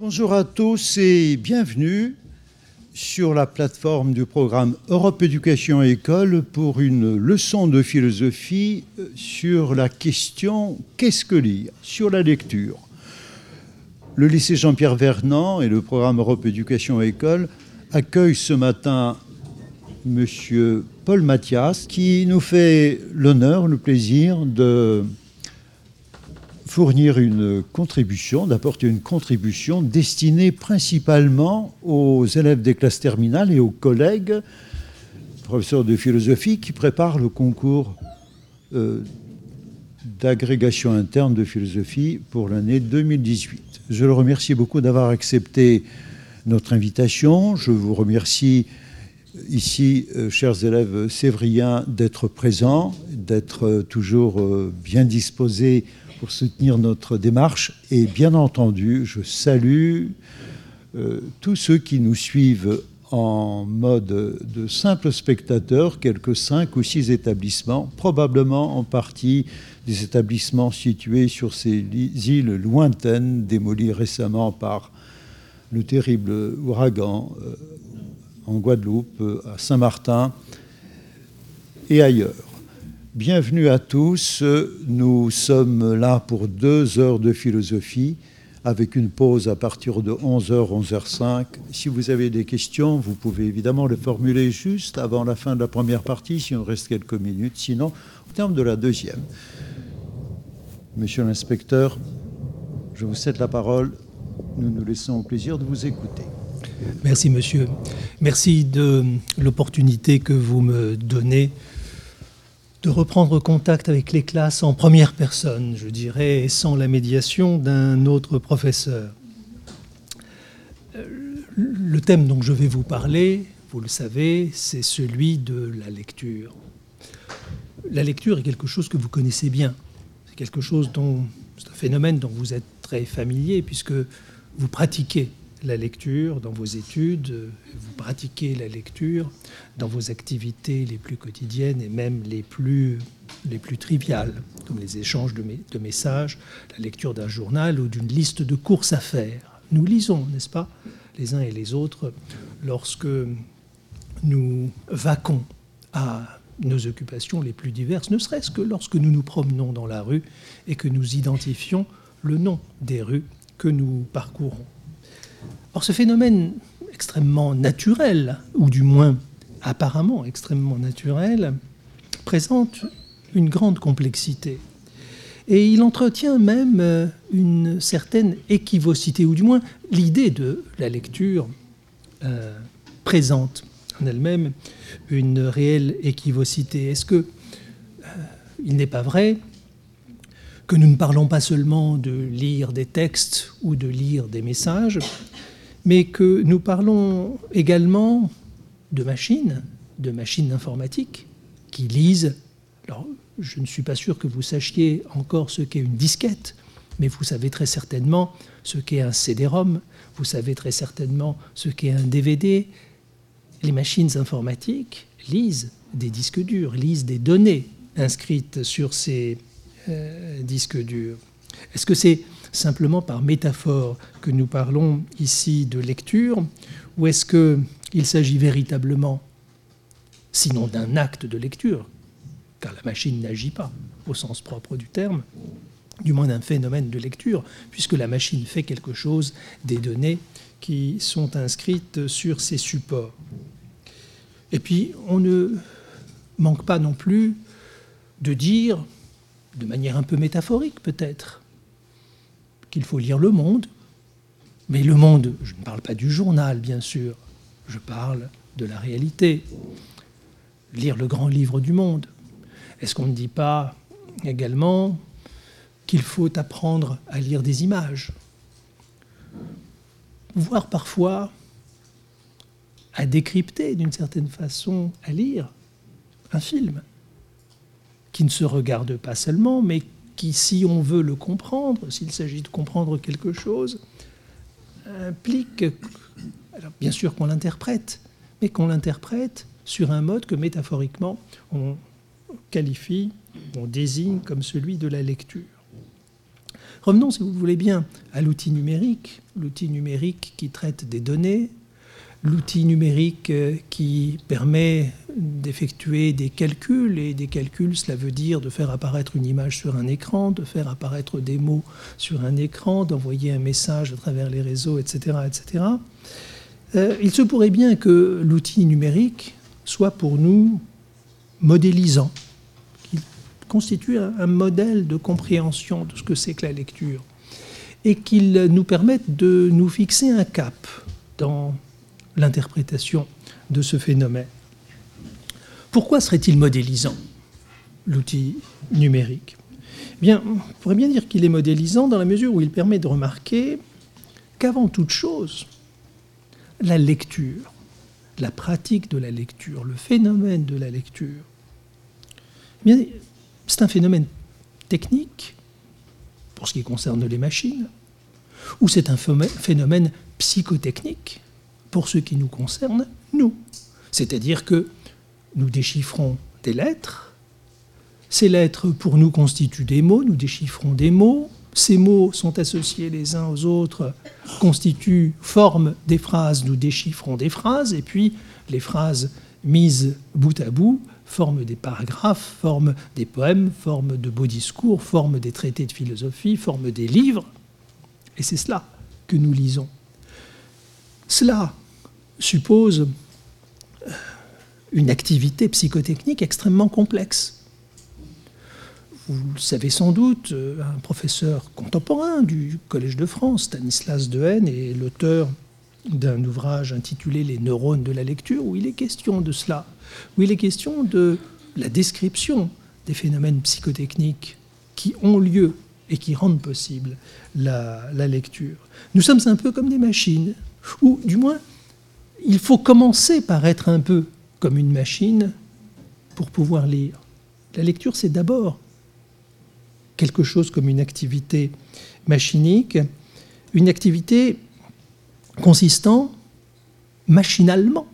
Bonjour à tous et bienvenue sur la plateforme du programme Europe Éducation et École pour une leçon de philosophie sur la question « Qu'est-ce que lire ?» sur la lecture. Le lycée Jean-Pierre Vernant et le programme Europe Éducation et École accueillent ce matin Monsieur Paul Mathias qui nous fait l'honneur, le plaisir de fournir une contribution, d'apporter une contribution destinée principalement aux élèves des classes terminales et aux collègues, professeurs de philosophie, qui préparent le concours d'agrégation interne de philosophie pour l'année 2018. Je le remercie beaucoup d'avoir accepté notre invitation. Je vous remercie ici, chers élèves sévriens, d'être présents, d'être toujours bien disposés pour soutenir notre démarche. Et bien entendu, je salue tous ceux qui nous suivent en mode de simples spectateurs, quelques 5 ou 6 établissements, probablement en partie des établissements situés sur ces îles lointaines, démolies récemment par le terrible ouragan en Guadeloupe, à Saint-Martin et ailleurs. Bienvenue à tous. Nous sommes là pour 2 heures de philosophie, avec une pause à partir de 11h, 11h05. Si vous avez des questions, vous pouvez évidemment les formuler juste avant la fin de la première partie, si on reste quelques minutes. Sinon, au terme de la deuxième. Monsieur l'inspecteur, je vous cède la parole. Nous nous laissons au plaisir de vous écouter. Merci, monsieur. Merci de l'opportunité que vous me donnez de reprendre contact avec les classes en première personne, je dirais, et sans la médiation d'un autre professeur. Le thème dont je vais vous parler, vous le savez, c'est celui de la lecture. La lecture est quelque chose que vous connaissez bien. C'est quelque chose c'est un phénomène dont vous êtes très familier, puisque vous pratiquez la lecture dans vos études, vous pratiquez la lecture dans vos activités les plus quotidiennes et même les plus triviales, comme les échanges de messages, la lecture d'un journal ou d'une liste de courses à faire. Nous lisons, n'est-ce pas, les uns et les autres, lorsque nous vaquons à nos occupations les plus diverses, ne serait-ce que lorsque nous nous promenons dans la rue et que nous identifions le nom des rues que nous parcourons. Or, ce phénomène extrêmement naturel, ou du moins apparemment extrêmement naturel, présente une grande complexité. Et il entretient même une certaine équivocité, ou du moins l'idée de la lecture présente en elle-même une réelle équivocité. Est-ce que il n'est pas vrai que nous ne parlons pas seulement de lire des textes ou de lire des messages, mais que nous parlons également de machines informatiques qui lisent. Alors, je ne suis pas sûr que vous sachiez encore ce qu'est une disquette, mais vous savez très certainement ce qu'est un CD-ROM, vous savez très certainement ce qu'est un DVD. Les machines informatiques lisent des disques durs, lisent des données inscrites sur ces disques durs. Est-ce que c'est simplement par métaphore que nous parlons ici de lecture, ou est-ce qu'il s'agit véritablement, sinon d'un acte de lecture, car la machine n'agit pas au sens propre du terme, du moins d'un phénomène de lecture, puisque la machine fait quelque chose des données qui sont inscrites sur ces supports. Et puis, on ne manque pas non plus de dire, de manière un peu métaphorique peut-être, qu'il faut lire Le Monde. Mais Le Monde, je ne parle pas du journal, bien sûr, je parle de la réalité. Lire le grand livre du monde. Est-ce qu'on ne dit pas également qu'il faut apprendre à lire des images, voire parfois à décrypter d'une certaine façon, à lire un film qui ne se regarde pas seulement, mais qui, si on veut le comprendre, s'il s'agit de comprendre quelque chose, implique, alors bien sûr qu'on l'interprète, mais qu'on l'interprète sur un mode que métaphoriquement on qualifie, on désigne comme celui de la lecture. Revenons, si vous voulez bien, à l'outil numérique qui traite des données, l'outil numérique qui permet d'effectuer des calculs, et des calculs, cela veut dire de faire apparaître une image sur un écran, de faire apparaître des mots sur un écran, d'envoyer un message à travers les réseaux, etc., etc. Il se pourrait bien que l'outil numérique soit pour nous modélisant, qu'il constitue un modèle de compréhension de ce que c'est que la lecture, et qu'il nous permette de nous fixer un cap dans l'interprétation de ce phénomène. Pourquoi serait-il modélisant, l'outil numérique ? Eh bien, on pourrait bien dire qu'il est modélisant dans la mesure où il permet de remarquer qu'avant toute chose, la lecture, la pratique de la lecture, le phénomène de la lecture, eh bien, c'est un phénomène technique pour ce qui concerne les machines, ou c'est un phénomène psychotechnique pour ce qui nous concerne, nous. C'est-à-dire que nous déchiffrons des lettres, ces lettres pour nous constituent des mots, nous déchiffrons des mots, ces mots sont associés les uns aux autres, forment des phrases, nous déchiffrons des phrases, et puis les phrases mises bout à bout forment des paragraphes, forment des poèmes, forment de beaux discours, forment des traités de philosophie, forment des livres, et c'est cela que nous lisons. Cela suppose une activité psychotechnique extrêmement complexe. Vous le savez sans doute, un professeur contemporain du Collège de France, Stanislas Dehaene, est l'auteur d'un ouvrage intitulé « Les neurones de la lecture », où il est question de cela, où il est question de la description des phénomènes psychotechniques qui ont lieu et qui rendent possible la lecture. Nous sommes un peu comme des machines, ou du moins, il faut commencer par être un peu comme une machine pour pouvoir lire. La lecture, c'est d'abord quelque chose comme une activité machinique, une activité consistant machinalement,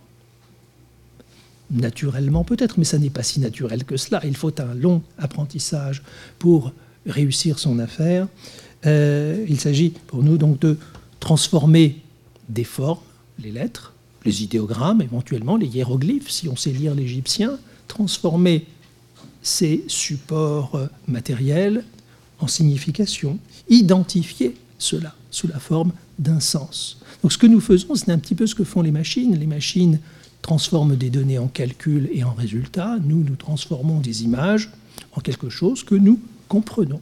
naturellement peut-être, mais ça n'est pas si naturel que cela. Il faut un long apprentissage pour réussir son affaire. Il s'agit pour nous donc de transformer des formes, les lettres, les idéogrammes, éventuellement les hiéroglyphes, si on sait lire l'égyptien, transformer ces supports matériels en signification, identifier cela sous la forme d'un sens. Donc ce que nous faisons, c'est un petit peu ce que font les machines. Les machines transforment des données en calculs et en résultats. Nous transformons des images en quelque chose que nous comprenons.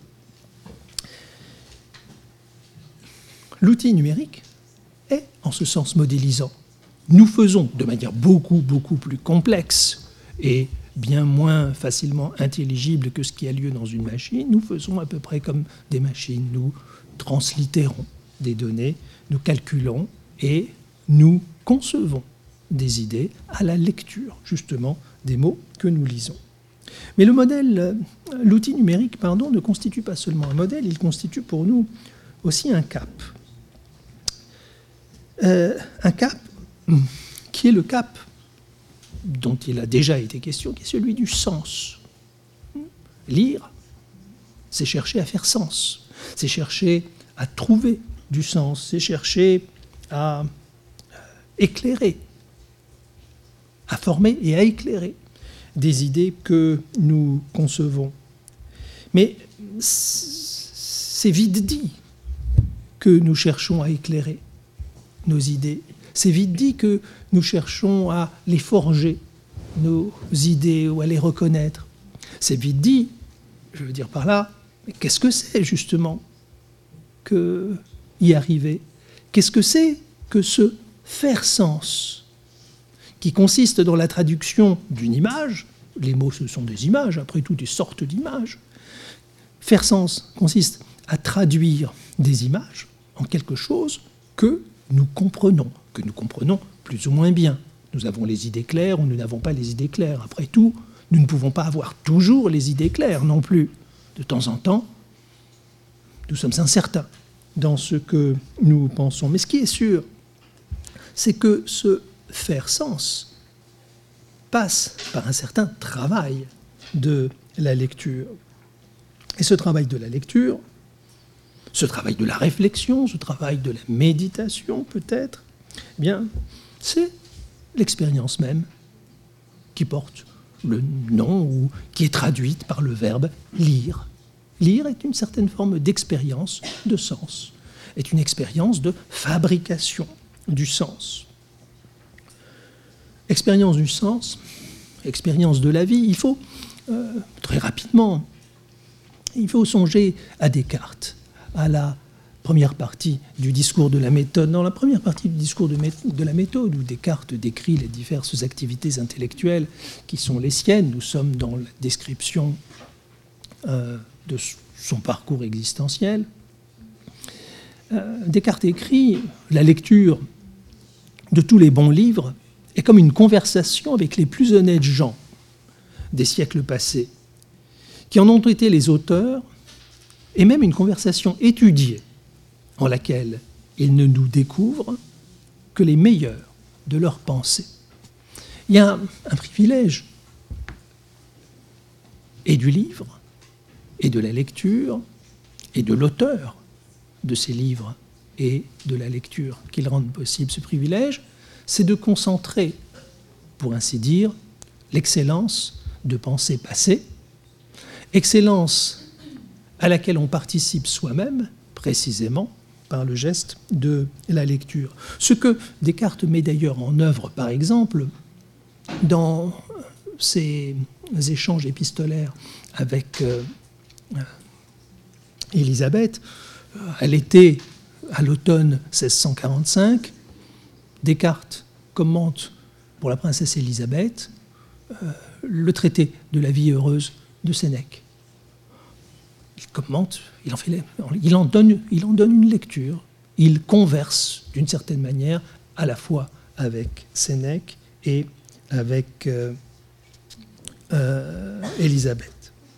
L'outil numérique est en ce sens modélisant. Nous faisons de manière beaucoup plus complexe et bien moins facilement intelligible que ce qui a lieu dans une machine, nous faisons à peu près comme des machines. Nous translittérons des données, nous calculons et nous concevons des idées à la lecture, justement, des mots que nous lisons. Mais l'outil numérique, ne constitue pas seulement un modèle, il constitue pour nous aussi un cap. Un cap qui est le cap dont il a déjà été question, qui est celui du sens. Lire, c'est chercher à faire sens, c'est chercher à trouver du sens, c'est chercher à éclairer, à former et à éclairer des idées que nous concevons. Mais c'est vite dit que nous cherchons à éclairer nos idées. C'est vite dit que nous cherchons à les forger, nos idées, ou à les reconnaître. C'est vite dit, je veux dire par là, mais qu'est-ce que c'est justement que y arriver ? Qu'est-ce que c'est que ce faire sens qui consiste dans la traduction d'une image ? Les mots, ce sont des images, après tout, des sortes d'images. Faire sens consiste à traduire des images en quelque chose que nous comprenons plus ou moins bien. Nous avons les idées claires ou nous n'avons pas les idées claires. Après tout, nous ne pouvons pas avoir toujours les idées claires non plus. De temps en temps, nous sommes incertains dans ce que nous pensons. Mais ce qui est sûr, c'est que ce faire sens passe par un certain travail de la lecture. Et ce travail de la lecture ce travail de la réflexion, ce travail de la méditation peut-être, eh bien, c'est l'expérience même qui porte le nom ou qui est traduite par le verbe lire. Lire est une certaine forme d'expérience de sens, est une expérience de fabrication du sens. Expérience du sens, expérience de la vie, il faut, très rapidement, il faut songer à Descartes, à la première partie du discours de la méthode. Dans la première partie du discours de la méthode, où Descartes décrit les diverses activités intellectuelles qui sont les siennes, nous sommes dans la description de son parcours existentiel. Descartes écrit « La lecture de tous les bons livres est comme une conversation avec les plus honnêtes gens des siècles passés, qui en ont été les auteurs, et même une conversation étudiée, en laquelle ils ne nous découvrent que les meilleurs de leurs pensées. » Il y a un privilège, et du livre, et de la lecture, et de l'auteur de ces livres, et de la lecture, qui le rendent possible. Ce privilège, c'est de concentrer, pour ainsi dire, l'excellence de pensée passée, excellence à laquelle on participe soi-même, précisément, par le geste de la lecture. Ce que Descartes met d'ailleurs en œuvre, par exemple, dans ses échanges épistolaires avec Élisabeth. Elle était à l'automne 1645. Descartes commente pour la princesse Élisabeth le traité de la vie heureuse de Sénèque. Il commente, il en donne une lecture, il converse d'une certaine manière à la fois avec Sénèque et avec Élisabeth.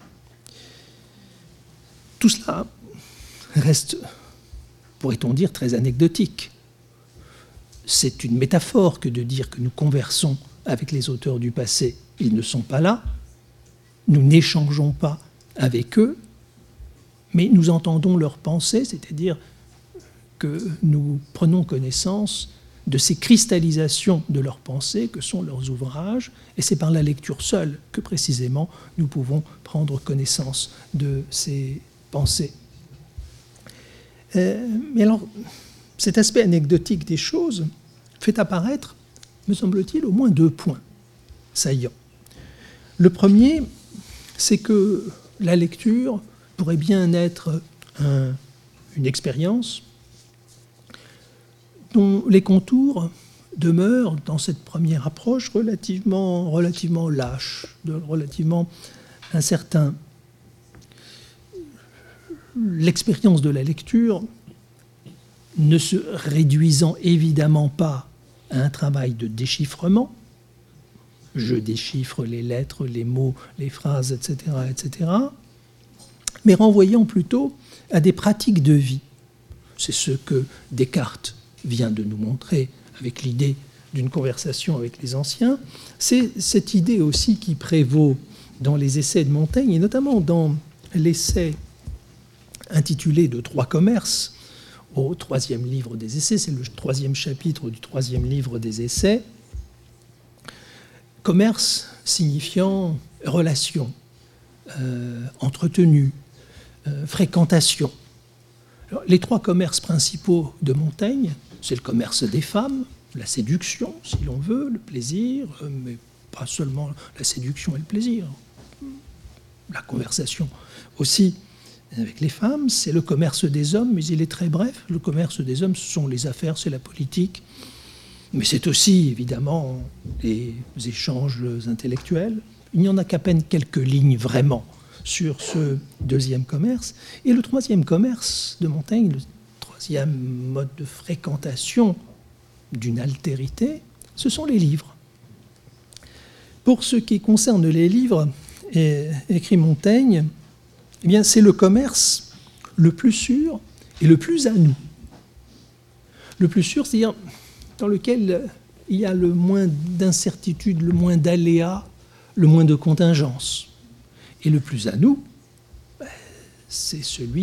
Tout cela reste, pourrait-on dire, très anecdotique. C'est une métaphore que de dire que nous conversons avec les auteurs du passé. Ils ne sont pas là, nous n'échangeons pas avec eux, mais nous entendons leurs pensées, c'est-à-dire que nous prenons connaissance de ces cristallisations de leurs pensées que sont leurs ouvrages, et c'est par la lecture seule que précisément nous pouvons prendre connaissance de ces pensées. Mais alors, cet aspect anecdotique des choses fait apparaître, me semble-t-il, au moins 2 points saillants. Le premier, c'est que la lecture pourrait bien être une expérience dont les contours demeurent, dans cette première approche, relativement lâches, relativement incertains. L'expérience de la lecture ne se réduisant évidemment pas à un travail de déchiffrement, je déchiffre les lettres, les mots, les phrases, etc., mais renvoyant plutôt à des pratiques de vie. C'est ce que Descartes vient de nous montrer avec l'idée d'une conversation avec les anciens. C'est cette idée aussi qui prévaut dans les essais de Montaigne, et notamment dans l'essai intitulé « De trois commerces », au 3e livre des essais, c'est le 3e chapitre du 3e livre des essais. Commerce signifiant relation, entretenue, fréquentation. Alors, les 3 commerces principaux de Montaigne, c'est le commerce des femmes, la séduction, si l'on veut, le plaisir, mais pas seulement la séduction et le plaisir, la conversation aussi avec les femmes, c'est le commerce des hommes, mais il est très bref. Le commerce des hommes, ce sont les affaires, c'est la politique, mais c'est aussi, évidemment, les échanges intellectuels. Il n'y en a qu'à peine quelques lignes, vraiment, sur ce 2e commerce. Et le 3e commerce de Montaigne, le 3e mode de fréquentation d'une altérité, ce sont les livres. Pour ce qui concerne les livres, écrit Montaigne, eh bien, c'est le commerce le plus sûr et le plus à nous. Le plus sûr, c'est-à-dire dans lequel il y a le moins d'incertitude, le moins d'aléas, le moins de contingences. Et le plus à nous, c'est celui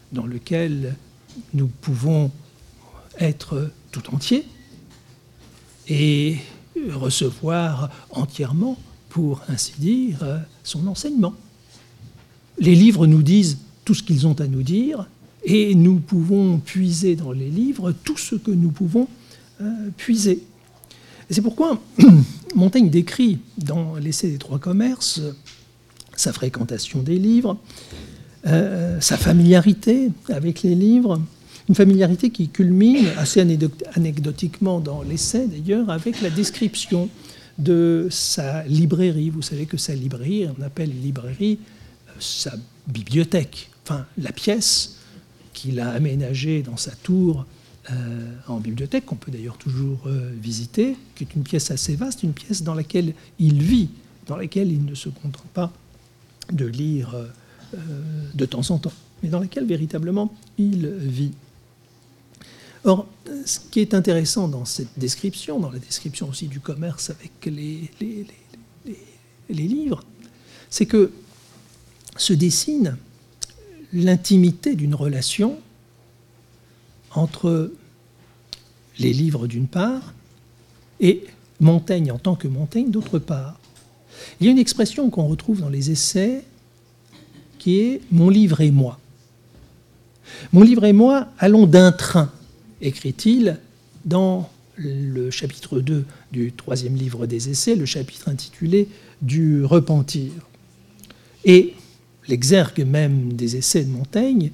dans lequel nous pouvons être tout entier et recevoir entièrement, pour ainsi dire, son enseignement. Les livres nous disent tout ce qu'ils ont à nous dire, et nous pouvons puiser dans les livres tout ce que nous pouvons puiser. Et c'est pourquoi Montaigne décrit dans l'Essai des trois commerces sa fréquentation des livres, sa familiarité avec les livres, une familiarité qui culmine assez anecdotiquement dans l'essai d'ailleurs avec la description de sa librairie. Vous savez que sa librairie, on appelle librairie sa bibliothèque, enfin la pièce qu'il a aménagée dans sa tour en bibliothèque, qu'on peut d'ailleurs toujours visiter, qui est une pièce assez vaste, une pièce dans laquelle il vit, dans laquelle il ne se contente pas de lire de temps en temps, mais dans laquelle véritablement il vit. Or, ce qui est intéressant dans cette description, dans la description aussi du commerce avec les livres, c'est que se dessine l'intimité d'une relation entre les livres d'une part et Montaigne en tant que Montaigne d'autre part. Il y a une expression qu'on retrouve dans les essais qui est « mon livre et moi ». Mon livre et moi allons d'un train, écrit-il dans le chapitre 2 du troisième livre des essais, le chapitre intitulé « Du repentir ». Et l'exergue même des essais de Montaigne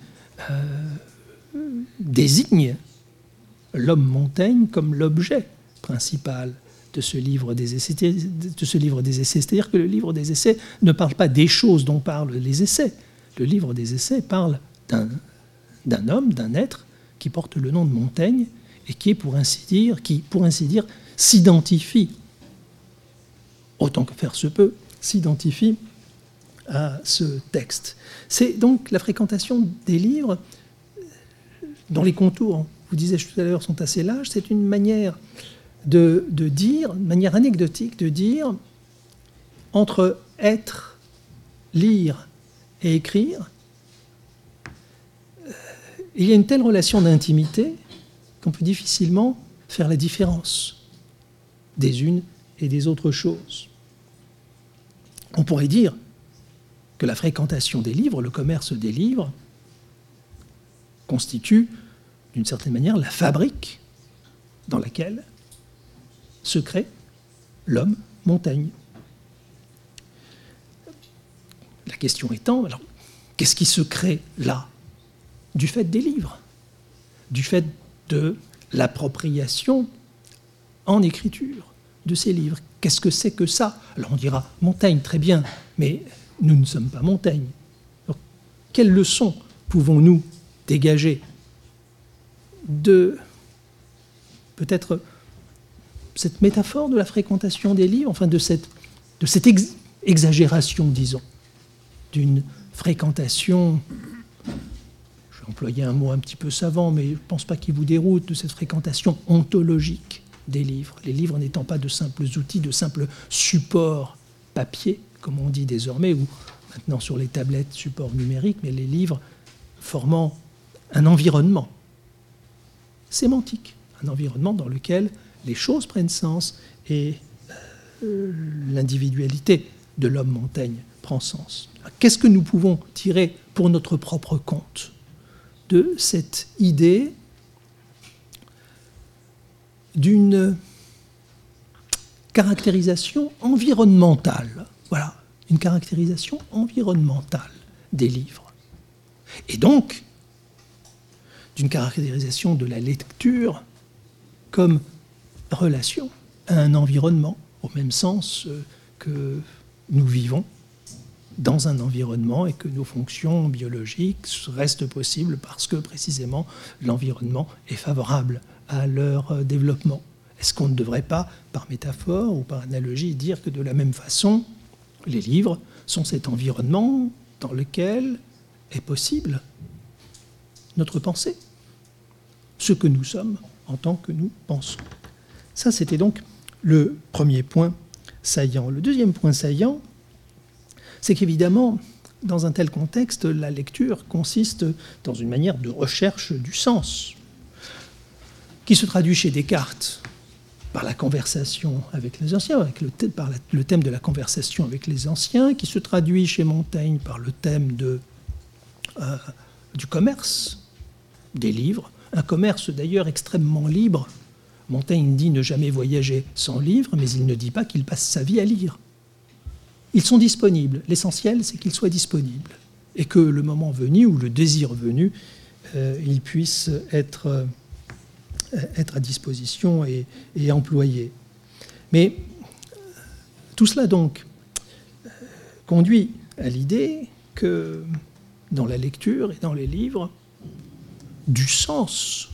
désigne l'homme Montaigne comme l'objet principal de ce livre des essais. C'est-à-dire que le livre des essais ne parle pas des choses dont parlent les essais. Le livre des essais parle d'un homme, d'un être qui porte le nom de Montaigne et qui, pour ainsi dire, s'identifie, autant que faire se peut, s'identifie à ce texte. C'est donc la fréquentation des livres dont les contours, vous disiez tout à l'heure, sont assez larges. C'est une manière de dire, une manière anecdotique de dire, entre être, lire et écrire, il y a une telle relation d'intimité qu'on peut difficilement faire la différence des unes et des autres choses. On pourrait dire que la fréquentation des livres, le commerce des livres, constitue d'une certaine manière la fabrique dans laquelle se crée l'homme Montaigne. La question étant, alors, qu'est-ce qui se crée là? Du fait des livres, du fait de l'appropriation en écriture de ces livres. Qu'est-ce que c'est que ça? Alors on dira Montaigne, très bien, mais nous ne sommes pas Montaigne. Alors, quelles leçons pouvons-nous dégager de peut-être cette métaphore de la fréquentation des livres, enfin de cette exagération, disons, d'une fréquentation, je vais employer un mot un petit peu savant, mais je ne pense pas qu'il vous déroute, de cette fréquentation ontologique des livres, les livres n'étant pas de simples outils, de simples supports papier, comme on dit désormais, ou maintenant sur les tablettes, supports numériques, mais les livres formant un environnement sémantique, un environnement dans lequel les choses prennent sens et l'individualité de l'homme Montaigne prend sens. Qu'est-ce que nous pouvons tirer pour notre propre compte de cette idée d'une caractérisation environnementale? Voilà, une caractérisation environnementale des livres. Et donc, d'une caractérisation de la lecture comme relation à un environnement, au même sens que nous vivons dans un environnement et que nos fonctions biologiques restent possibles parce que précisément l'environnement est favorable à leur développement. Est-ce qu'on ne devrait pas, par métaphore ou par analogie, dire que de la même façon, les livres sont cet environnement dans lequel est possible notre pensée, ce que nous sommes en tant que nous pensons. Ça, c'était donc le premier point saillant. Le deuxième point saillant, c'est qu'évidemment, dans un tel contexte, la lecture consiste dans une manière de recherche du sens, qui se traduit chez Descartes par la conversation avec les anciens, par le thème de la conversation avec les anciens, qui se traduit chez Montaigne par le thème du commerce, des livres, un commerce d'ailleurs extrêmement libre. Montaigne dit ne jamais voyager sans livre, mais il ne dit pas qu'il passe sa vie à lire. Ils sont disponibles. L'essentiel, c'est qu'ils soient disponibles et que le moment venu, ou le désir venu, ils puissent être à disposition et employés. Mais tout cela, donc, conduit à l'idée que dans la lecture et dans les livres, du sens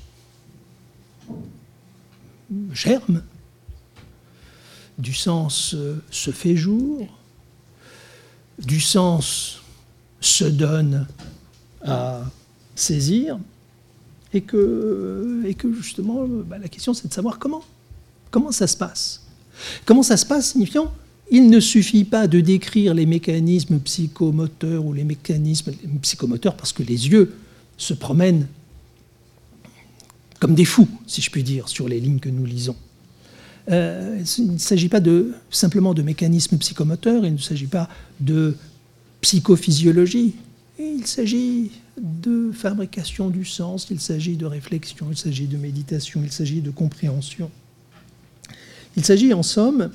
germe, du sens se fait jour, du sens se donne à saisir, et que justement, la question c'est de savoir comment ça se passe. Comment ça se passe, signifiant, il ne suffit pas de décrire les mécanismes psychomoteurs ou les mécanismes psychomoteurs parce que les yeux se promènent comme des fous, si je puis dire, sur les lignes que nous lisons. Il ne s'agit pas simplement de mécanismes psychomoteurs, il ne s'agit pas de psychophysiologie, il s'agit de fabrication du sens, il s'agit de réflexion, il s'agit de méditation, il s'agit de compréhension. Il s'agit en somme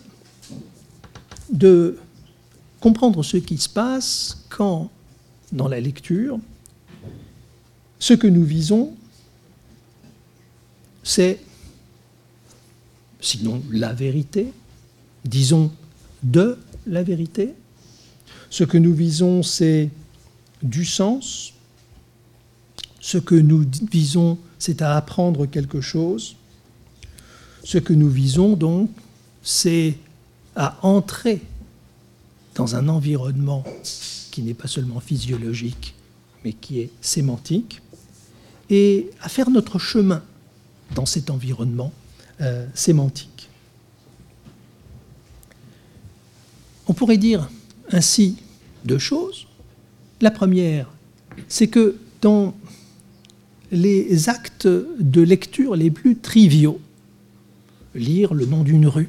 de comprendre ce qui se passe quand, dans la lecture, ce que nous visons, c'est, sinon la vérité, disons de la vérité. Ce que nous visons, c'est du sens. Ce que nous visons, c'est à apprendre quelque chose. Ce que nous visons, donc, c'est à entrer dans un environnement qui n'est pas seulement physiologique, mais qui est sémantique, et à faire notre chemin dans cet environnement sémantique. On pourrait dire ainsi deux choses. La première, c'est que dans les actes de lecture les plus triviaux, lire le nom d'une rue,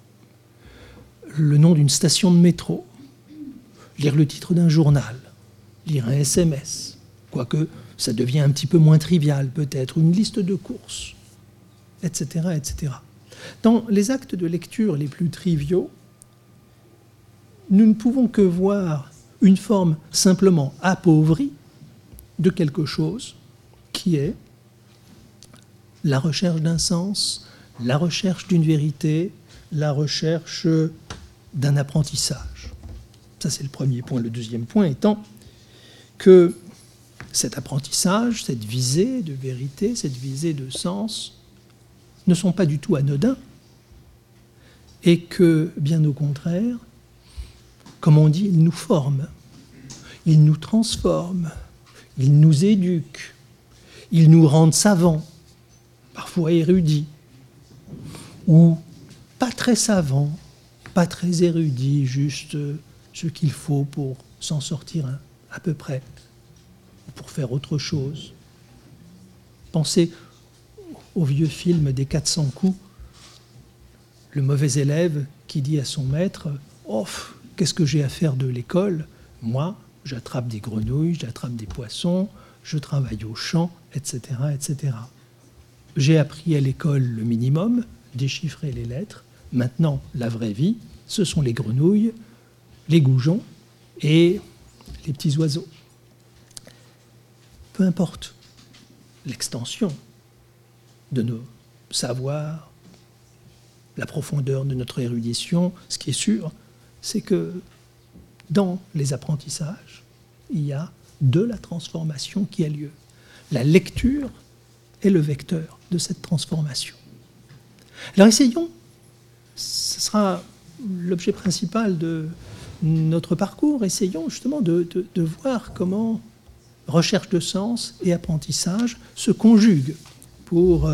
le nom d'une station de métro, lire le titre d'un journal, lire un SMS, quoique ça devient un petit peu moins trivial peut-être, une liste de courses, etc., etc. Dans les actes de lecture les plus triviaux, nous ne pouvons que voir une forme simplement appauvrie de quelque chose qui est la recherche d'un sens, la recherche d'une vérité, la recherche d'un apprentissage. Ça, c'est le premier point. Le deuxième point étant que cet apprentissage, cette visée de vérité, cette visée de sens, ne sont pas du tout anodins et que, bien au contraire, comme on dit, ils nous forment, ils nous transforment, ils nous éduquent, ils nous rendent savants, parfois érudits, ou pas très savants, pas très érudits, juste ce qu'il faut pour s'en sortir à peu près, pour faire autre chose. Pensez au vieux film des 400 coups, le mauvais élève qui dit à son maître « Oh, qu'est-ce que j'ai à faire de l'école? Moi, j'attrape des grenouilles, j'attrape des poissons, je travaille au champ, etc., etc. J'ai appris à l'école le minimum, déchiffrer les lettres. Maintenant, la vraie vie, ce sont les grenouilles, les goujons et les petits oiseaux. » Peu importe l'extension de nos savoirs, la profondeur de notre érudition, ce qui est sûr, c'est que dans les apprentissages, il y a de la transformation qui a lieu. La lecture est le vecteur de cette transformation. Alors essayons, ce sera l'objet principal de notre parcours, essayons justement de voir comment recherche de sens et apprentissage se conjuguent pour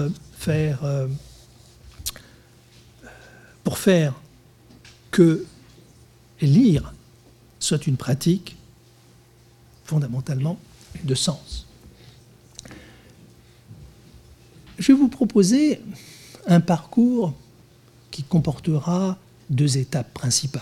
faire que lire soit une pratique fondamentalement de sens. Je vais vous proposer un parcours qui comportera 2 étapes principales.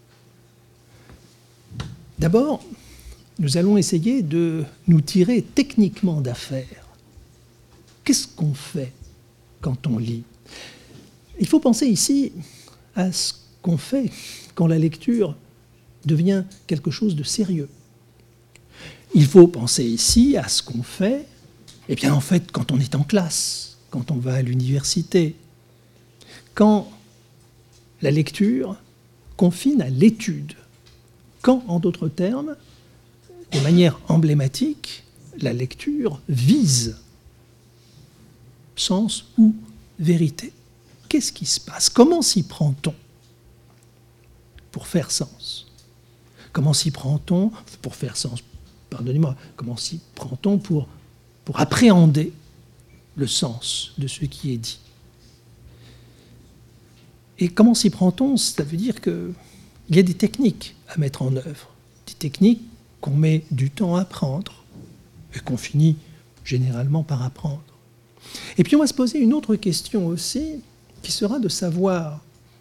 D'abord, nous allons essayer de nous tirer techniquement d'affaire. Qu'est-ce qu'on fait quand on lit? Il faut penser ici à ce qu'on fait quand la lecture devient quelque chose de sérieux. Il faut penser ici à ce qu'on fait, eh bien en fait, quand on est en classe, quand on va à l'université, quand la lecture confine à l'étude, quand, en d'autres termes, de manière emblématique, la lecture vise sens ou vérité. Qu'est-ce qui se passe? Comment s'y prend-on pour faire sens? Comment s'y prend-on pour faire sens? Pardonnez-moi, comment s'y prend-on pour appréhender le sens de ce qui est dit? Et comment s'y prend-on? Ça veut dire qu'il y a des techniques à mettre en œuvre, des techniques qu'on met du temps à apprendre et qu'on finit généralement par apprendre. Et puis on va se poser une autre question aussi, qui sera de savoir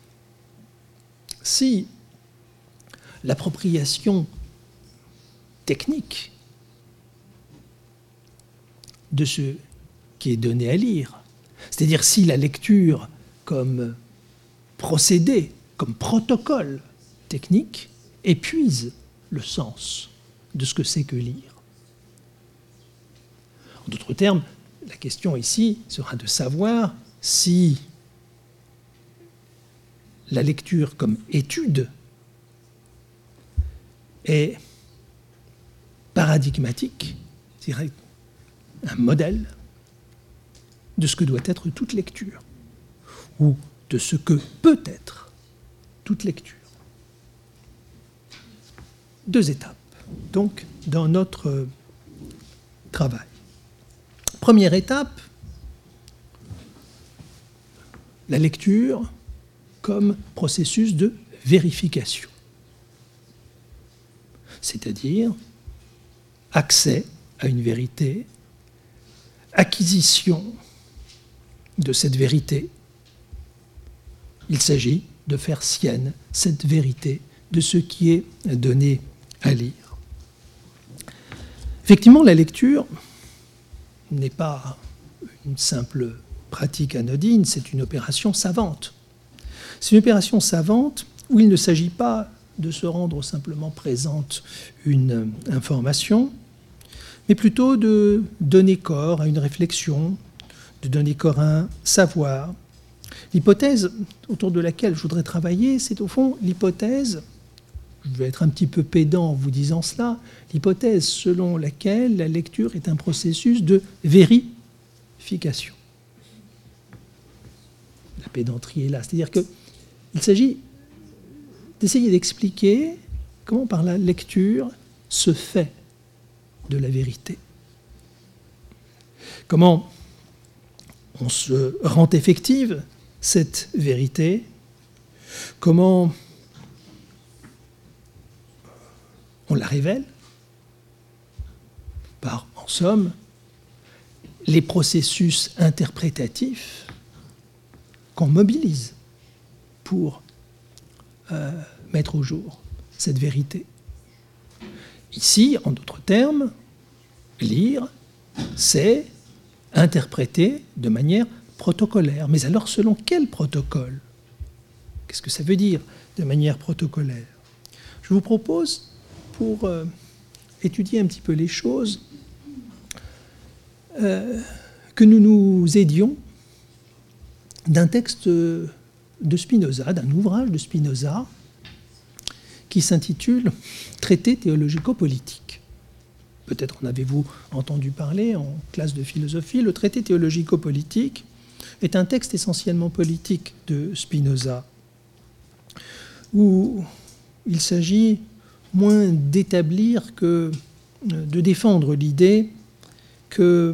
si l'appropriation technique de ce qui est donné à lire, c'est-à-dire si la lecture comme procédé, comme protocole technique, épuise le sens de ce que c'est que lire. En d'autres termes, la question ici sera de savoir si la lecture comme étude est paradigmatique, c'est-à-dire un modèle de ce que doit être toute lecture, ou de ce que peut être toute lecture. 2 étapes, donc, dans notre travail. Première étape, la lecture comme processus de vérification, c'est-à-dire accès à une vérité, acquisition de cette vérité. Il s'agit de faire sienne cette vérité de ce qui est donné à lire. Effectivement, la lecture n'est pas une simple pratique anodine, c'est une opération savante. C'est une opération savante où il ne s'agit pas de se rendre simplement présente une information, mais plutôt de donner corps à une réflexion, de donner corps à un savoir. L'hypothèse autour de laquelle je voudrais travailler, c'est au fond l'hypothèse, je vais être un petit peu pédant en vous disant cela, l'hypothèse selon laquelle la lecture est un processus de vérification. La pédanterie est là, c'est-à-dire qu'il s'agit d'essayer d'expliquer comment par la lecture se fait de la vérité. Comment on se rend effective cette vérité, comment on la révèle par, en somme, les processus interprétatifs qu'on mobilise pour mettre au jour cette vérité. Ici, en d'autres termes, lire, c'est interpréter de manière protocolaire. Mais alors, selon quel protocole? Qu'est-ce que ça veut dire, de manière protocolaire? Je vous propose, pour étudier un petit peu les choses, que nous nous aidions d'un texte de Spinoza, d'un ouvrage de Spinoza, qui s'intitule « Traité théologico-politique ». Peut-être en avez-vous entendu parler en classe de philosophie. Le traité théologico-politique est un texte essentiellement politique de Spinoza, où il s'agit moins d'établir que de défendre l'idée que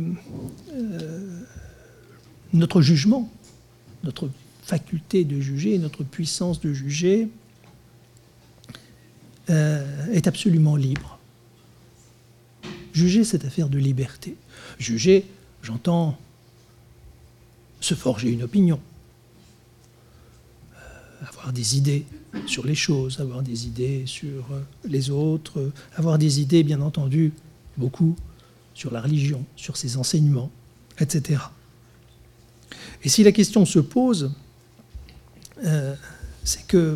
notre jugement, notre faculté de juger, notre puissance de juger est absolument libre. Juger, c'est affaire de liberté. Juger, j'entends se forger une opinion, avoir des idées sur les choses, avoir des idées sur les autres, avoir des idées, bien entendu, beaucoup sur la religion, sur ses enseignements, etc. Et si la question se pose, c'est que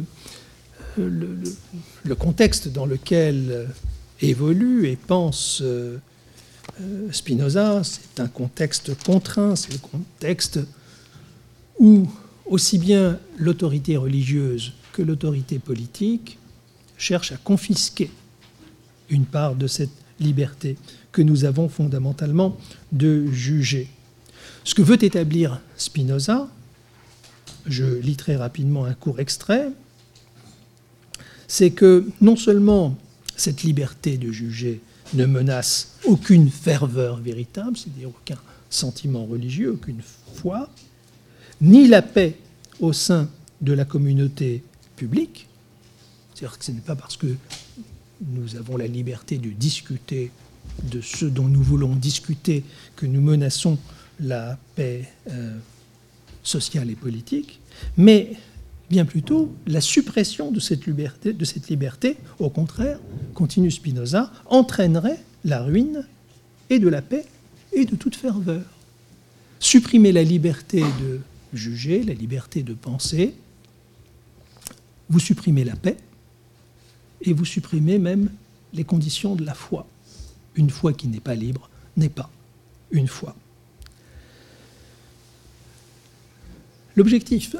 le contexte dans lequel évolue et pense Spinoza, c'est un contexte contraint, c'est le contexte où aussi bien l'autorité religieuse que l'autorité politique cherchent à confisquer une part de cette liberté que nous avons fondamentalement de juger. Ce que veut établir Spinoza, je lis très rapidement un court extrait, c'est que non seulement cette liberté de juger ne menace aucune ferveur véritable, c'est-à-dire aucun sentiment religieux, aucune foi, ni la paix au sein de la communauté publique, c'est-à-dire que ce n'est pas parce que nous avons la liberté de discuter de ce dont nous voulons discuter que nous menaçons la paix sociale et politique, mais bien plutôt la suppression de cette liberté, au contraire, continue Spinoza, entraînerait la ruine et de la paix et de toute ferveur. Supprimer la liberté de juger, la liberté de penser, vous supprimez la paix et vous supprimez même les conditions de la foi. Une foi qui n'est pas libre n'est pas une foi. L'objectif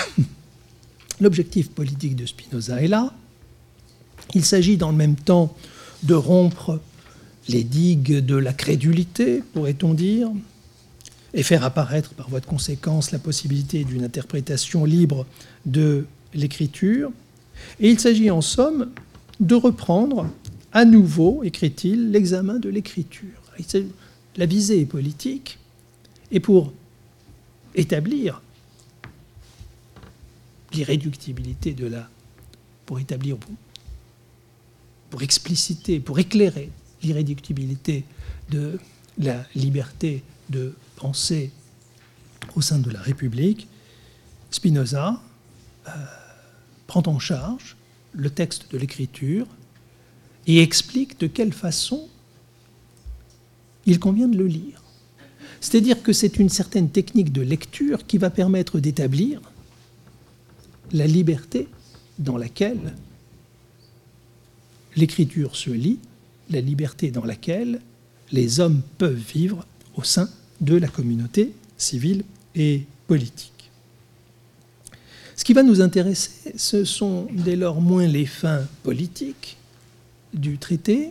politique de Spinoza est là. Il s'agit dans le même temps de rompre les digues de la crédulité, pourrait-on dire, et faire apparaître par voie de conséquence la possibilité d'une interprétation libre de l'écriture. Et il s'agit en somme de reprendre à nouveau, écrit-il, l'examen de l'écriture. La visée est politique, et pour établir l'irréductibilité de la... pour expliciter, pour éclairer l'irréductibilité de la liberté de penser au sein de la République, Spinoza prend en charge le texte de l'écriture et explique de quelle façon il convient de le lire. C'est-à-dire que c'est une certaine technique de lecture qui va permettre d'établir la liberté dans laquelle l'écriture se lit, la liberté dans laquelle les hommes peuvent vivre au sein de la communauté civile et politique. Ce qui va nous intéresser, ce sont dès lors moins les fins politiques du traité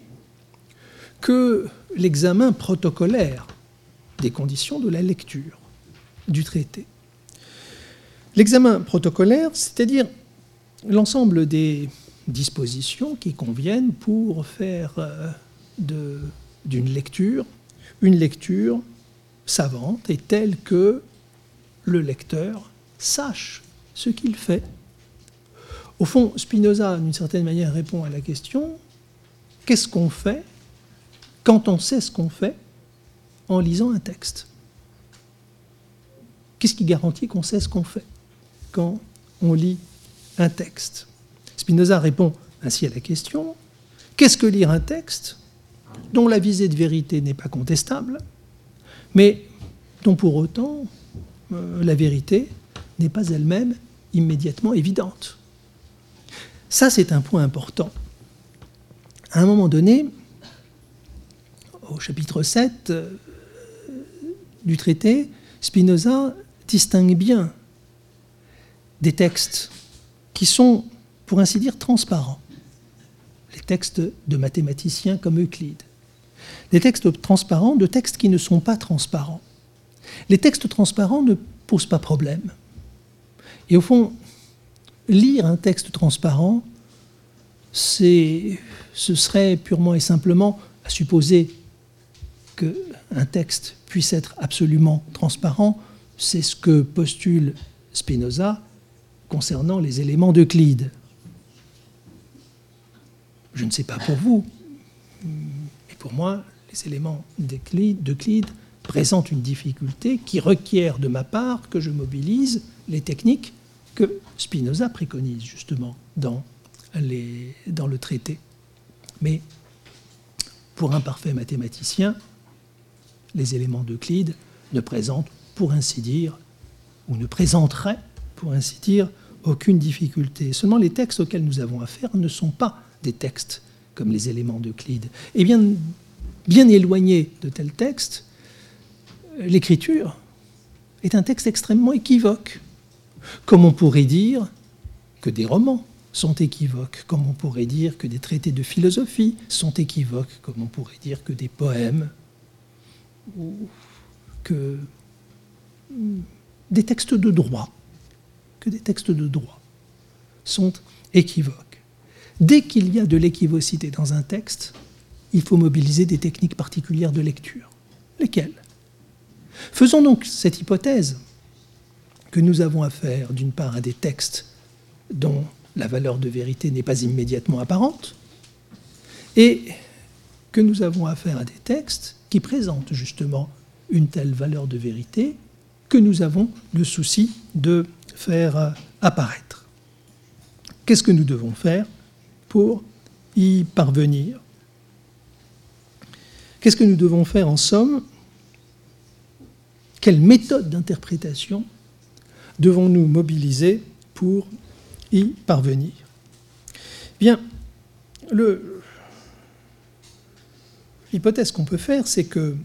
que l'examen protocolaire des conditions de la lecture du traité. L'examen protocolaire, c'est-à-dire l'ensemble des dispositions qui conviennent pour faire d'une lecture une lecture savante et telle que le lecteur sache ce qu'il fait. Au fond, Spinoza, d'une certaine manière, répond à la question « Qu'est-ce qu'on fait quand on sait ce qu'on fait en lisant un texte ?» Qu'est-ce qui garantit qu'on sait ce qu'on fait quand on lit un texte? Spinoza répond ainsi à la question « Qu'est-ce que lire un texte dont la visée de vérité n'est pas contestable, mais dont pour autant la vérité n'est pas elle-même immédiatement évidente ?» Ça, c'est un point important. À un moment donné, au chapitre 7 du traité, Spinoza distingue bien des textes qui sont, pour ainsi dire, transparents. Les textes de mathématiciens comme Euclide. Des textes transparents de textes qui ne sont pas transparents. Les textes transparents ne posent pas problème. Et au fond, lire un texte transparent, ce serait purement et simplement à supposer qu'un texte puisse être absolument transparent. C'est ce que postule Spinoza concernant les éléments d'Euclide. Je ne sais pas pour vous, mais pour moi, les éléments d'Euclide présentent une difficulté qui requiert de ma part que je mobilise les techniques que Spinoza préconise justement dans le traité. Mais pour un parfait mathématicien, les éléments d'Euclide ne présentent, pour ainsi dire, ou ne présenteraient, pour ainsi dire, aucune difficulté. Seulement les textes auxquels nous avons affaire ne sont pas des textes comme les éléments d'Euclide. Et bien éloigné de tels textes, l'écriture est un texte extrêmement équivoque. Comme on pourrait dire que des romans sont équivoques, comme on pourrait dire que des traités de philosophie sont équivoques, comme on pourrait dire que des poèmes ou que des textes de droit, sont équivoques. Dès qu'il y a de l'équivocité dans un texte, il faut mobiliser des techniques particulières de lecture. Lesquelles ? Faisons donc cette hypothèse que nous avons affaire, d'une part, à des textes dont la valeur de vérité n'est pas immédiatement apparente, et que nous avons affaire à des textes qui présentent justement une telle valeur de vérité que nous avons le souci de faire apparaître. Qu'est-ce que nous devons faire pour y parvenir ? Qu'est-ce que nous devons faire en somme ? Quelle méthode d'interprétation devons-nous mobiliser pour y parvenir ? Bien, l'hypothèse qu'on peut faire, c'est que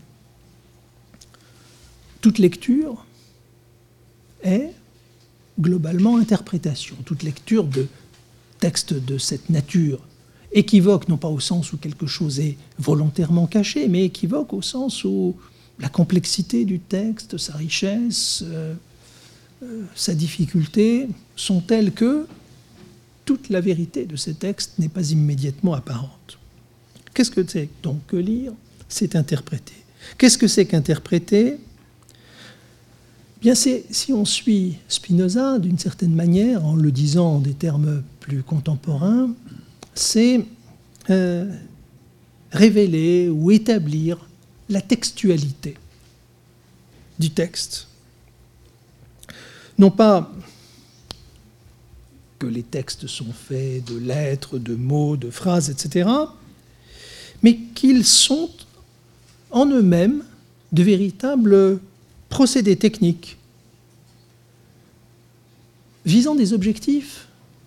toute lecture est globalement interprétation. Toute lecture de textes de cette nature équivoque, non pas au sens où quelque chose est volontairement caché, mais équivoque au sens où la complexité du texte, sa richesse, sa difficulté sont telles que toute la vérité de ces textes n'est pas immédiatement apparente. Qu'est-ce que c'est donc que lire ? C'est interpréter. Qu'est-ce que c'est qu'interpréter ? Bien, si on suit Spinoza, d'une certaine manière, en le disant en des termes plus contemporains, c'est révéler ou établir la textualité du texte. Non pas que les textes sont faits de lettres, de mots, de phrases, etc., mais qu'ils sont en eux-mêmes de véritables procédés techniques visant des objectifs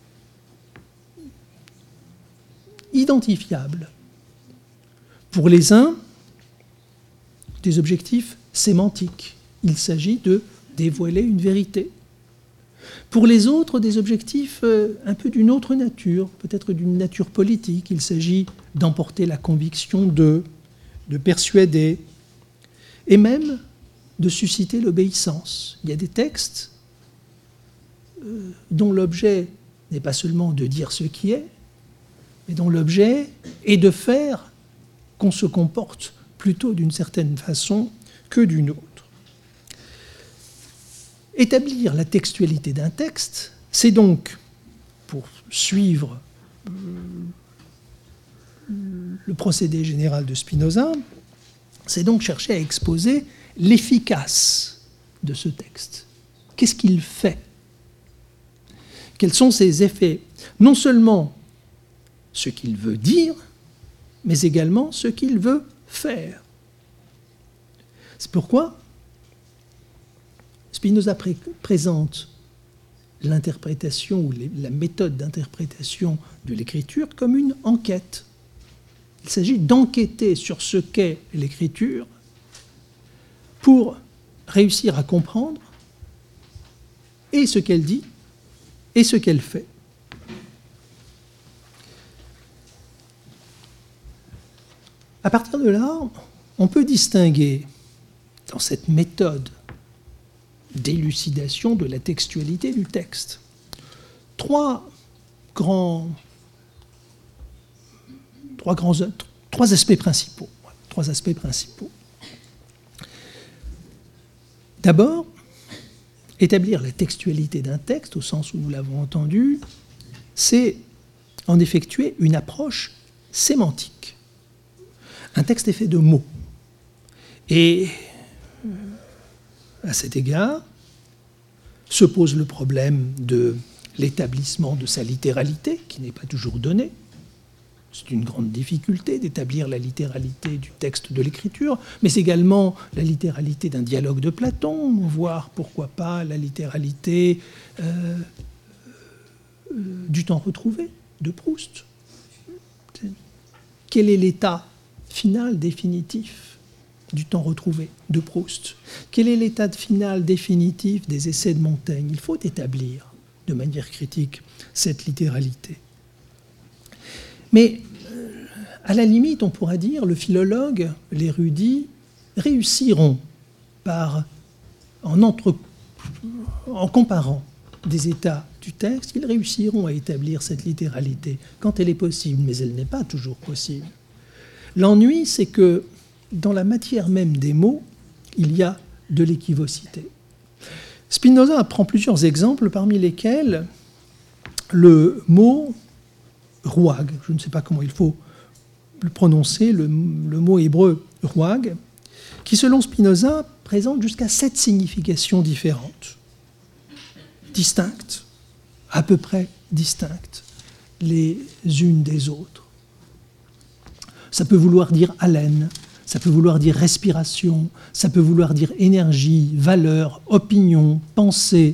identifiables. Pour les uns, des objectifs sémantiques. Il s'agit de dévoiler une vérité. Pour les autres, des objectifs un peu d'une autre nature, peut-être d'une nature politique. Il s'agit d'emporter la conviction de persuader, et même de susciter l'obéissance. Il y a des textes dont l'objet n'est pas seulement de dire ce qui est, mais dont l'objet est de faire qu'on se comporte plutôt d'une certaine façon que d'une autre. Établir la textualité d'un texte, c'est donc, pour suivre le procédé général de Spinoza, c'est donc chercher à exposer l'efficace de ce texte. Qu'est-ce qu'il fait ? Quels sont ses effets ? Non seulement ce qu'il veut dire, mais également ce qu'il veut faire. C'est pourquoi Spinoza présente l'interprétation ou la méthode d'interprétation de l'écriture comme une enquête. Il s'agit d'enquêter sur ce qu'est l'écriture pour réussir à comprendre et ce qu'elle dit et ce qu'elle fait. À partir de là, on peut distinguer dans cette méthode d'élucidation de la textualité du texte trois aspects principaux. D'abord, établir la textualité d'un texte, au sens où nous l'avons entendu, c'est en effectuer une approche sémantique. Un texte est fait de mots. Et à cet égard, se pose le problème de l'établissement de sa littéralité, qui n'est pas toujours donné. C'est une grande difficulté d'établir la littéralité du texte de l'écriture, mais également la littéralité d'un dialogue de Platon, voire, pourquoi pas, la littéralité du temps retrouvé de Proust. Quel est l'état final, définitif du temps retrouvé de Proust? Quel est l'état final définitif des essais de Montaigne? Il faut établir de manière critique cette littéralité. Mais à la limite, on pourra dire, le philologue, l'érudit, réussiront en comparant des états du texte, ils réussiront à établir cette littéralité quand elle est possible, mais elle n'est pas toujours possible. L'ennui, c'est que dans la matière même des mots, il y a de l'équivocité. Spinoza prend plusieurs exemples, parmi lesquels le mot rouag, je ne sais pas comment il faut le prononcer, le mot hébreu rouag, qui selon Spinoza présente jusqu'à 7 significations différentes, distinctes, à peu près distinctes les unes des autres. Ça peut vouloir dire haleine, ça peut vouloir dire respiration, ça peut vouloir dire énergie, valeur, opinion, pensée,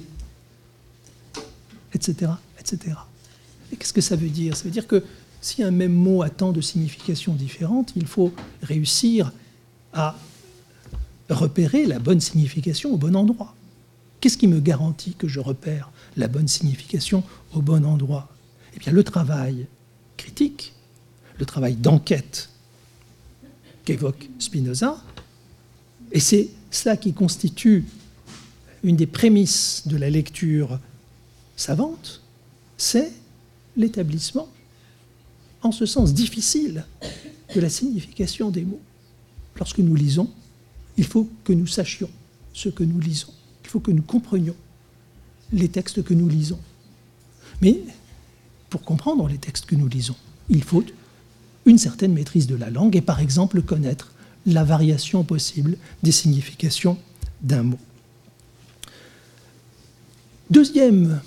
etc., etc. Et qu'est-ce que ça veut dire? Ça veut dire que si un même mot a tant de significations différentes, il faut réussir à repérer la bonne signification au bon endroit. Qu'est-ce qui me garantit que je repère la bonne signification au bon endroit? Eh bien, le travail critique, le travail d'enquête qu'évoque Spinoza, et c'est cela qui constitue une des prémices de la lecture savante, c'est l'établissement, en ce sens difficile, de la signification des mots. Lorsque nous lisons, il faut que nous sachions ce que nous lisons. Il faut que nous comprenions les textes que nous lisons. Mais pour comprendre les textes que nous lisons, il faut une certaine maîtrise de la langue et par exemple connaître la variation possible des significations d'un mot. Deuxième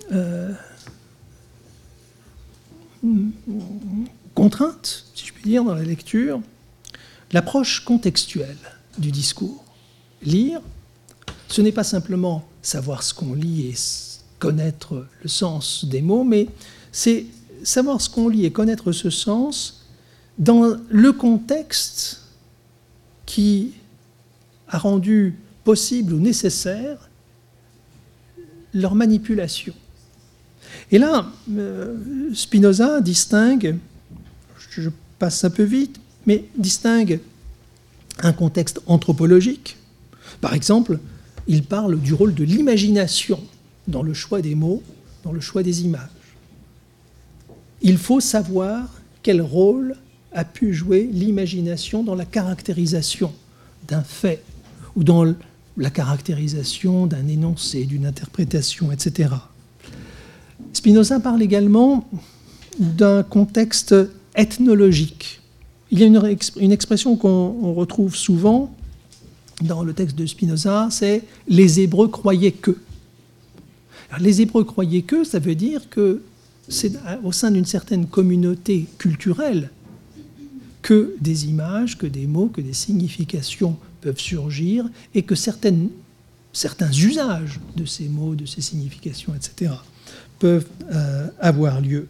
contrainte, si je puis dire, dans la lecture, l'approche contextuelle du discours. Lire, ce n'est pas simplement savoir ce qu'on lit et connaître le sens des mots, mais c'est savoir ce qu'on lit et connaître ce sens dans le contexte qui a rendu possible ou nécessaire leur manipulation. Et là, Spinoza distingue, je passe un peu vite, mais distingue un contexte anthropologique. Par exemple, il parle du rôle de l'imagination dans le choix des mots, dans le choix des images. Il faut savoir quel rôle a pu jouer l'imagination dans la caractérisation d'un fait ou dans la caractérisation d'un énoncé, d'une interprétation, etc. Spinoza parle également d'un contexte ethnologique. Il y a une expression qu'on retrouve souvent dans le texte de Spinoza, c'est « les Hébreux croyaient que ». Les Hébreux croyaient que, ça veut dire que c'est au sein d'une certaine communauté culturelle que des images, que des mots, que des significations peuvent surgir et que certains usages de ces mots, de ces significations, etc., peuvent avoir lieu.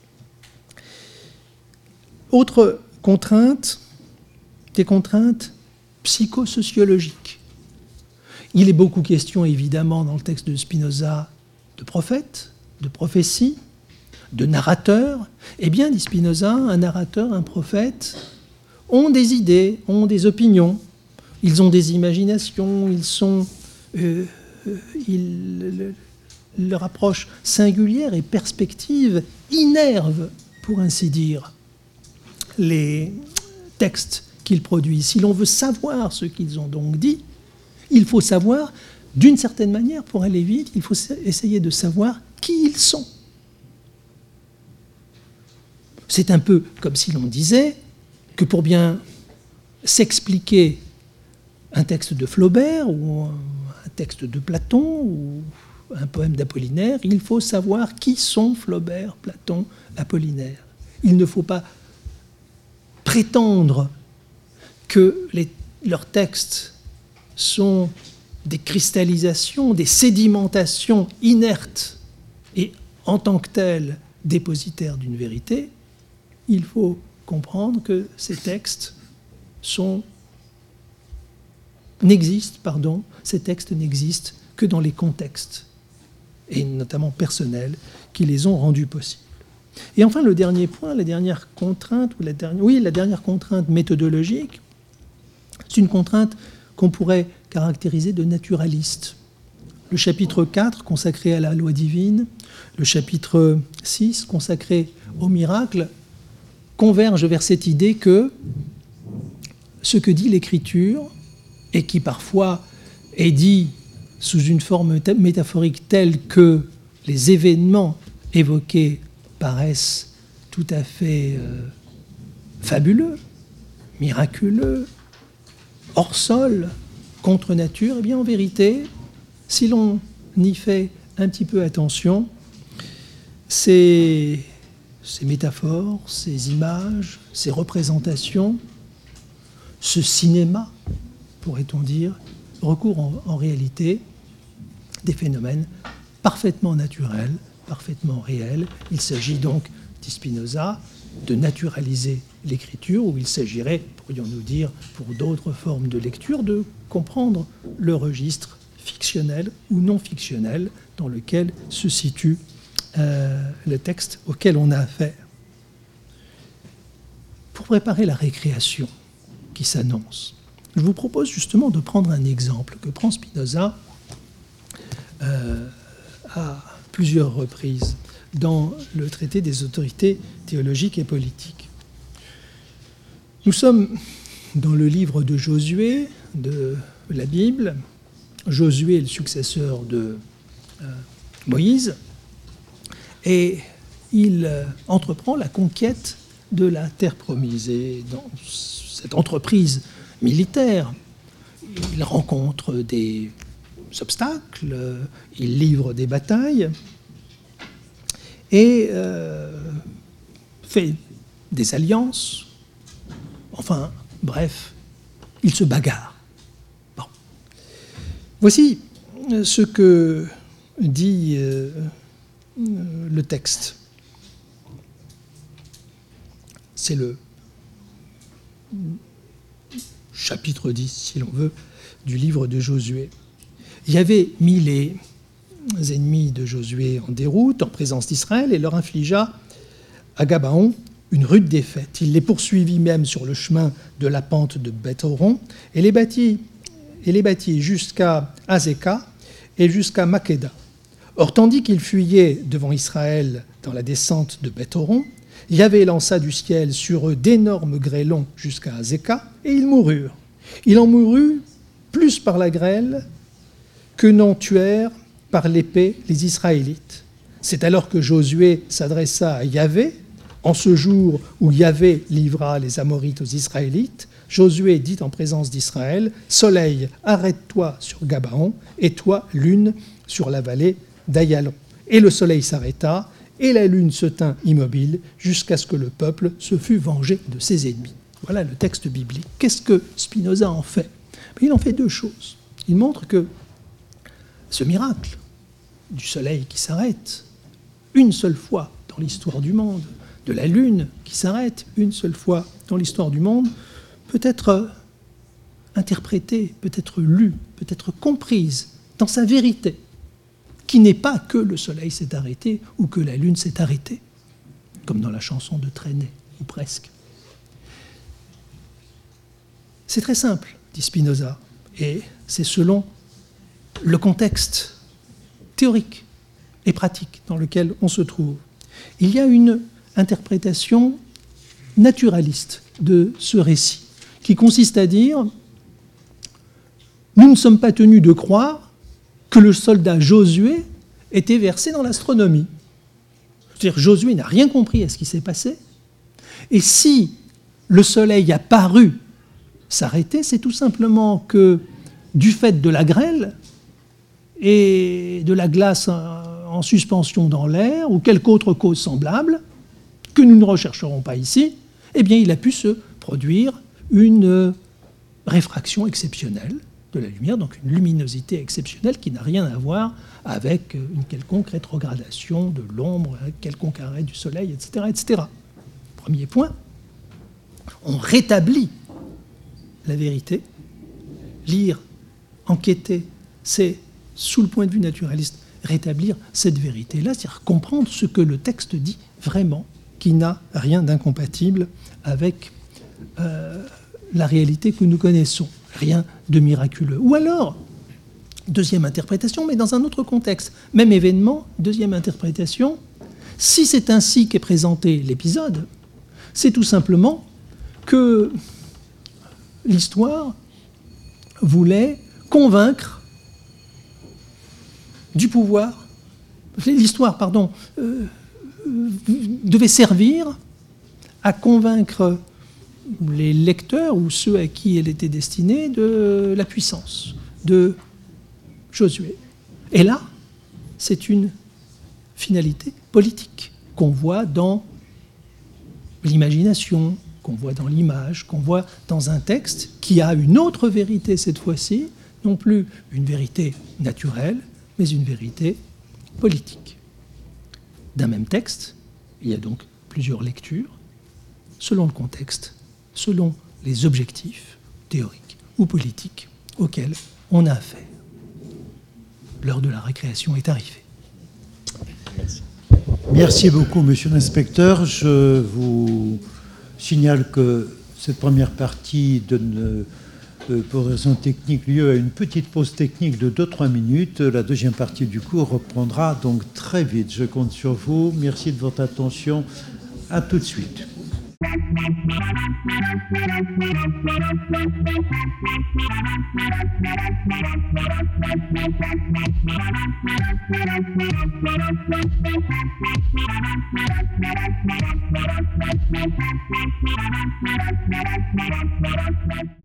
Autre contrainte, des contraintes psychosociologiques. Il est beaucoup question, évidemment, dans le texte de Spinoza, de prophètes, de prophéties, de narrateurs. Eh bien, dit Spinoza, un narrateur, un prophète, ont des idées, ont des opinions, ils ont des imaginations, leur approche singulière et perspective innerve, pour ainsi dire, les textes qu'ils produisent. Si l'on veut savoir ce qu'ils ont donc dit, il faut savoir, d'une certaine manière, pour aller vite, il faut essayer de savoir qui ils sont. C'est un peu comme si l'on disait que pour bien s'expliquer un texte de Flaubert ou un texte de Platon ou un poème d'Apollinaire, il faut savoir qui sont Flaubert, Platon, Apollinaire. Il ne faut pas prétendre que leurs textes sont des cristallisations, des sédimentations inertes et en tant que telles dépositaires d'une vérité. Il faut comprendre que ces textes n'existent que dans les contextes, et notamment personnels, qui les ont rendus possibles. Et enfin, le dernier point, la dernière contrainte méthodologique, c'est une contrainte qu'on pourrait caractérisée de naturaliste. Le chapitre 4, consacré à la loi divine, le chapitre 6, consacré au miracle, convergent vers cette idée que ce que dit l'Écriture, et qui parfois est dit sous une forme métaphorique telle que les événements évoqués paraissent tout à fait fabuleux, miraculeux, hors sol, contre nature, eh bien en vérité, si l'on y fait un petit peu attention, ces métaphores, ces images, ces représentations, ce cinéma, pourrait-on dire, recourent en réalité des phénomènes parfaitement naturels, parfaitement réels. Il s'agit donc, dit Spinoza, de naturaliser l'écriture, ou il s'agirait, pourrions-nous dire, pour d'autres formes de lecture, de comprendre le registre fictionnel ou non fictionnel dans lequel se situe le texte auquel on a affaire. Pour préparer la récréation qui s'annonce, je vous propose justement de prendre un exemple que prend Spinoza à plusieurs reprises dans le traité des autorités théologiques et politiques. Nous sommes dans le livre de Josué, de la Bible. Josué est le successeur de Moïse, et il entreprend la conquête de la terre promise. Et dans cette entreprise militaire, il rencontre des obstacles, il livre des batailles, et fait des alliances. Enfin, bref, il se bagarre. Bon. Voici ce que dit le texte. C'est le chapitre 10, si l'on veut, du livre de Josué. Yahvé mit les ennemis de Josué en déroute, en présence d'Israël, et leur infligea à Gabaon une rude défaite. Il les poursuivit même sur le chemin de la pente de Beth-horon, et les bâtit jusqu'à Azéka et jusqu'à Makeda. Or, tandis qu'ils fuyaient devant Israël dans la descente de Beth-horon, Yahvé lança du ciel sur eux d'énormes grêlons jusqu'à Azéka, et ils moururent. Il en mourut plus par la grêle que n'en tuèrent par l'épée les Israélites. C'est alors que Josué s'adressa à Yahvé. En ce jour où Yahvé livra les Amorites aux Israélites, Josué dit en présence d'Israël, « Soleil, arrête-toi sur Gabaon, et toi, lune, sur la vallée d'Ayalon. » Et le soleil s'arrêta, et la lune se tint immobile, jusqu'à ce que le peuple se fût vengé de ses ennemis. Voilà le texte biblique. Qu'est-ce que Spinoza en fait? Il en fait deux choses. Il montre que ce miracle du soleil qui s'arrête une seule fois dans l'histoire du monde, de la lune qui s'arrête une seule fois dans l'histoire du monde, peut être interprétée, peut être lue, peut être comprise dans sa vérité, qui n'est pas que le soleil s'est arrêté ou que la lune s'est arrêtée, comme dans la chanson de Traînée, ou presque. C'est très simple, dit Spinoza, et c'est selon le contexte théorique et pratique dans lequel on se trouve. Il y a une interprétation naturaliste de ce récit, qui consiste à dire « Nous ne sommes pas tenus de croire que le soldat Josué était versé dans l'astronomie. » C'est-à-dire Josué n'a rien compris à ce qui s'est passé, et si le soleil a paru s'arrêter, c'est tout simplement que, du fait de la grêle et de la glace en suspension dans l'air, ou quelque autre cause semblable, que nous ne rechercherons pas ici, eh bien, il a pu se produire une réfraction exceptionnelle de la lumière, donc une luminosité exceptionnelle qui n'a rien à voir avec une quelconque rétrogradation de l'ombre, un quelconque arrêt du soleil, etc., etc. Premier point, on rétablit la vérité. Lire, enquêter, c'est, sous le point de vue naturaliste, rétablir cette vérité-là, c'est-à-dire comprendre ce que le texte dit vraiment, qui n'a rien d'incompatible avec la réalité que nous connaissons. Rien de miraculeux. Ou alors, deuxième interprétation, mais dans un autre contexte. Même événement, deuxième interprétation. Si c'est ainsi qu'est présenté l'épisode, c'est tout simplement que l'histoire voulait convaincre du pouvoir. L'histoire, pardon, devait servir à convaincre les lecteurs ou ceux à qui elle était destinée de la puissance de Josué. Et là, c'est une finalité politique qu'on voit dans l'imagination, qu'on voit dans l'image, qu'on voit dans un texte qui a une autre vérité cette fois-ci, non plus une vérité naturelle, mais une vérité politique. D'un même texte, il y a donc plusieurs lectures, selon le contexte, selon les objectifs théoriques ou politiques auxquels on a affaire. L'heure de la récréation est arrivée. Merci. Merci beaucoup, monsieur l'inspecteur. Je vous signale que cette première partie donne, pour raison technique, lieu à une petite pause technique de 2-3 minutes. La deuxième partie du cours reprendra donc très vite. Je compte sur vous. Merci de votre attention. À tout de suite.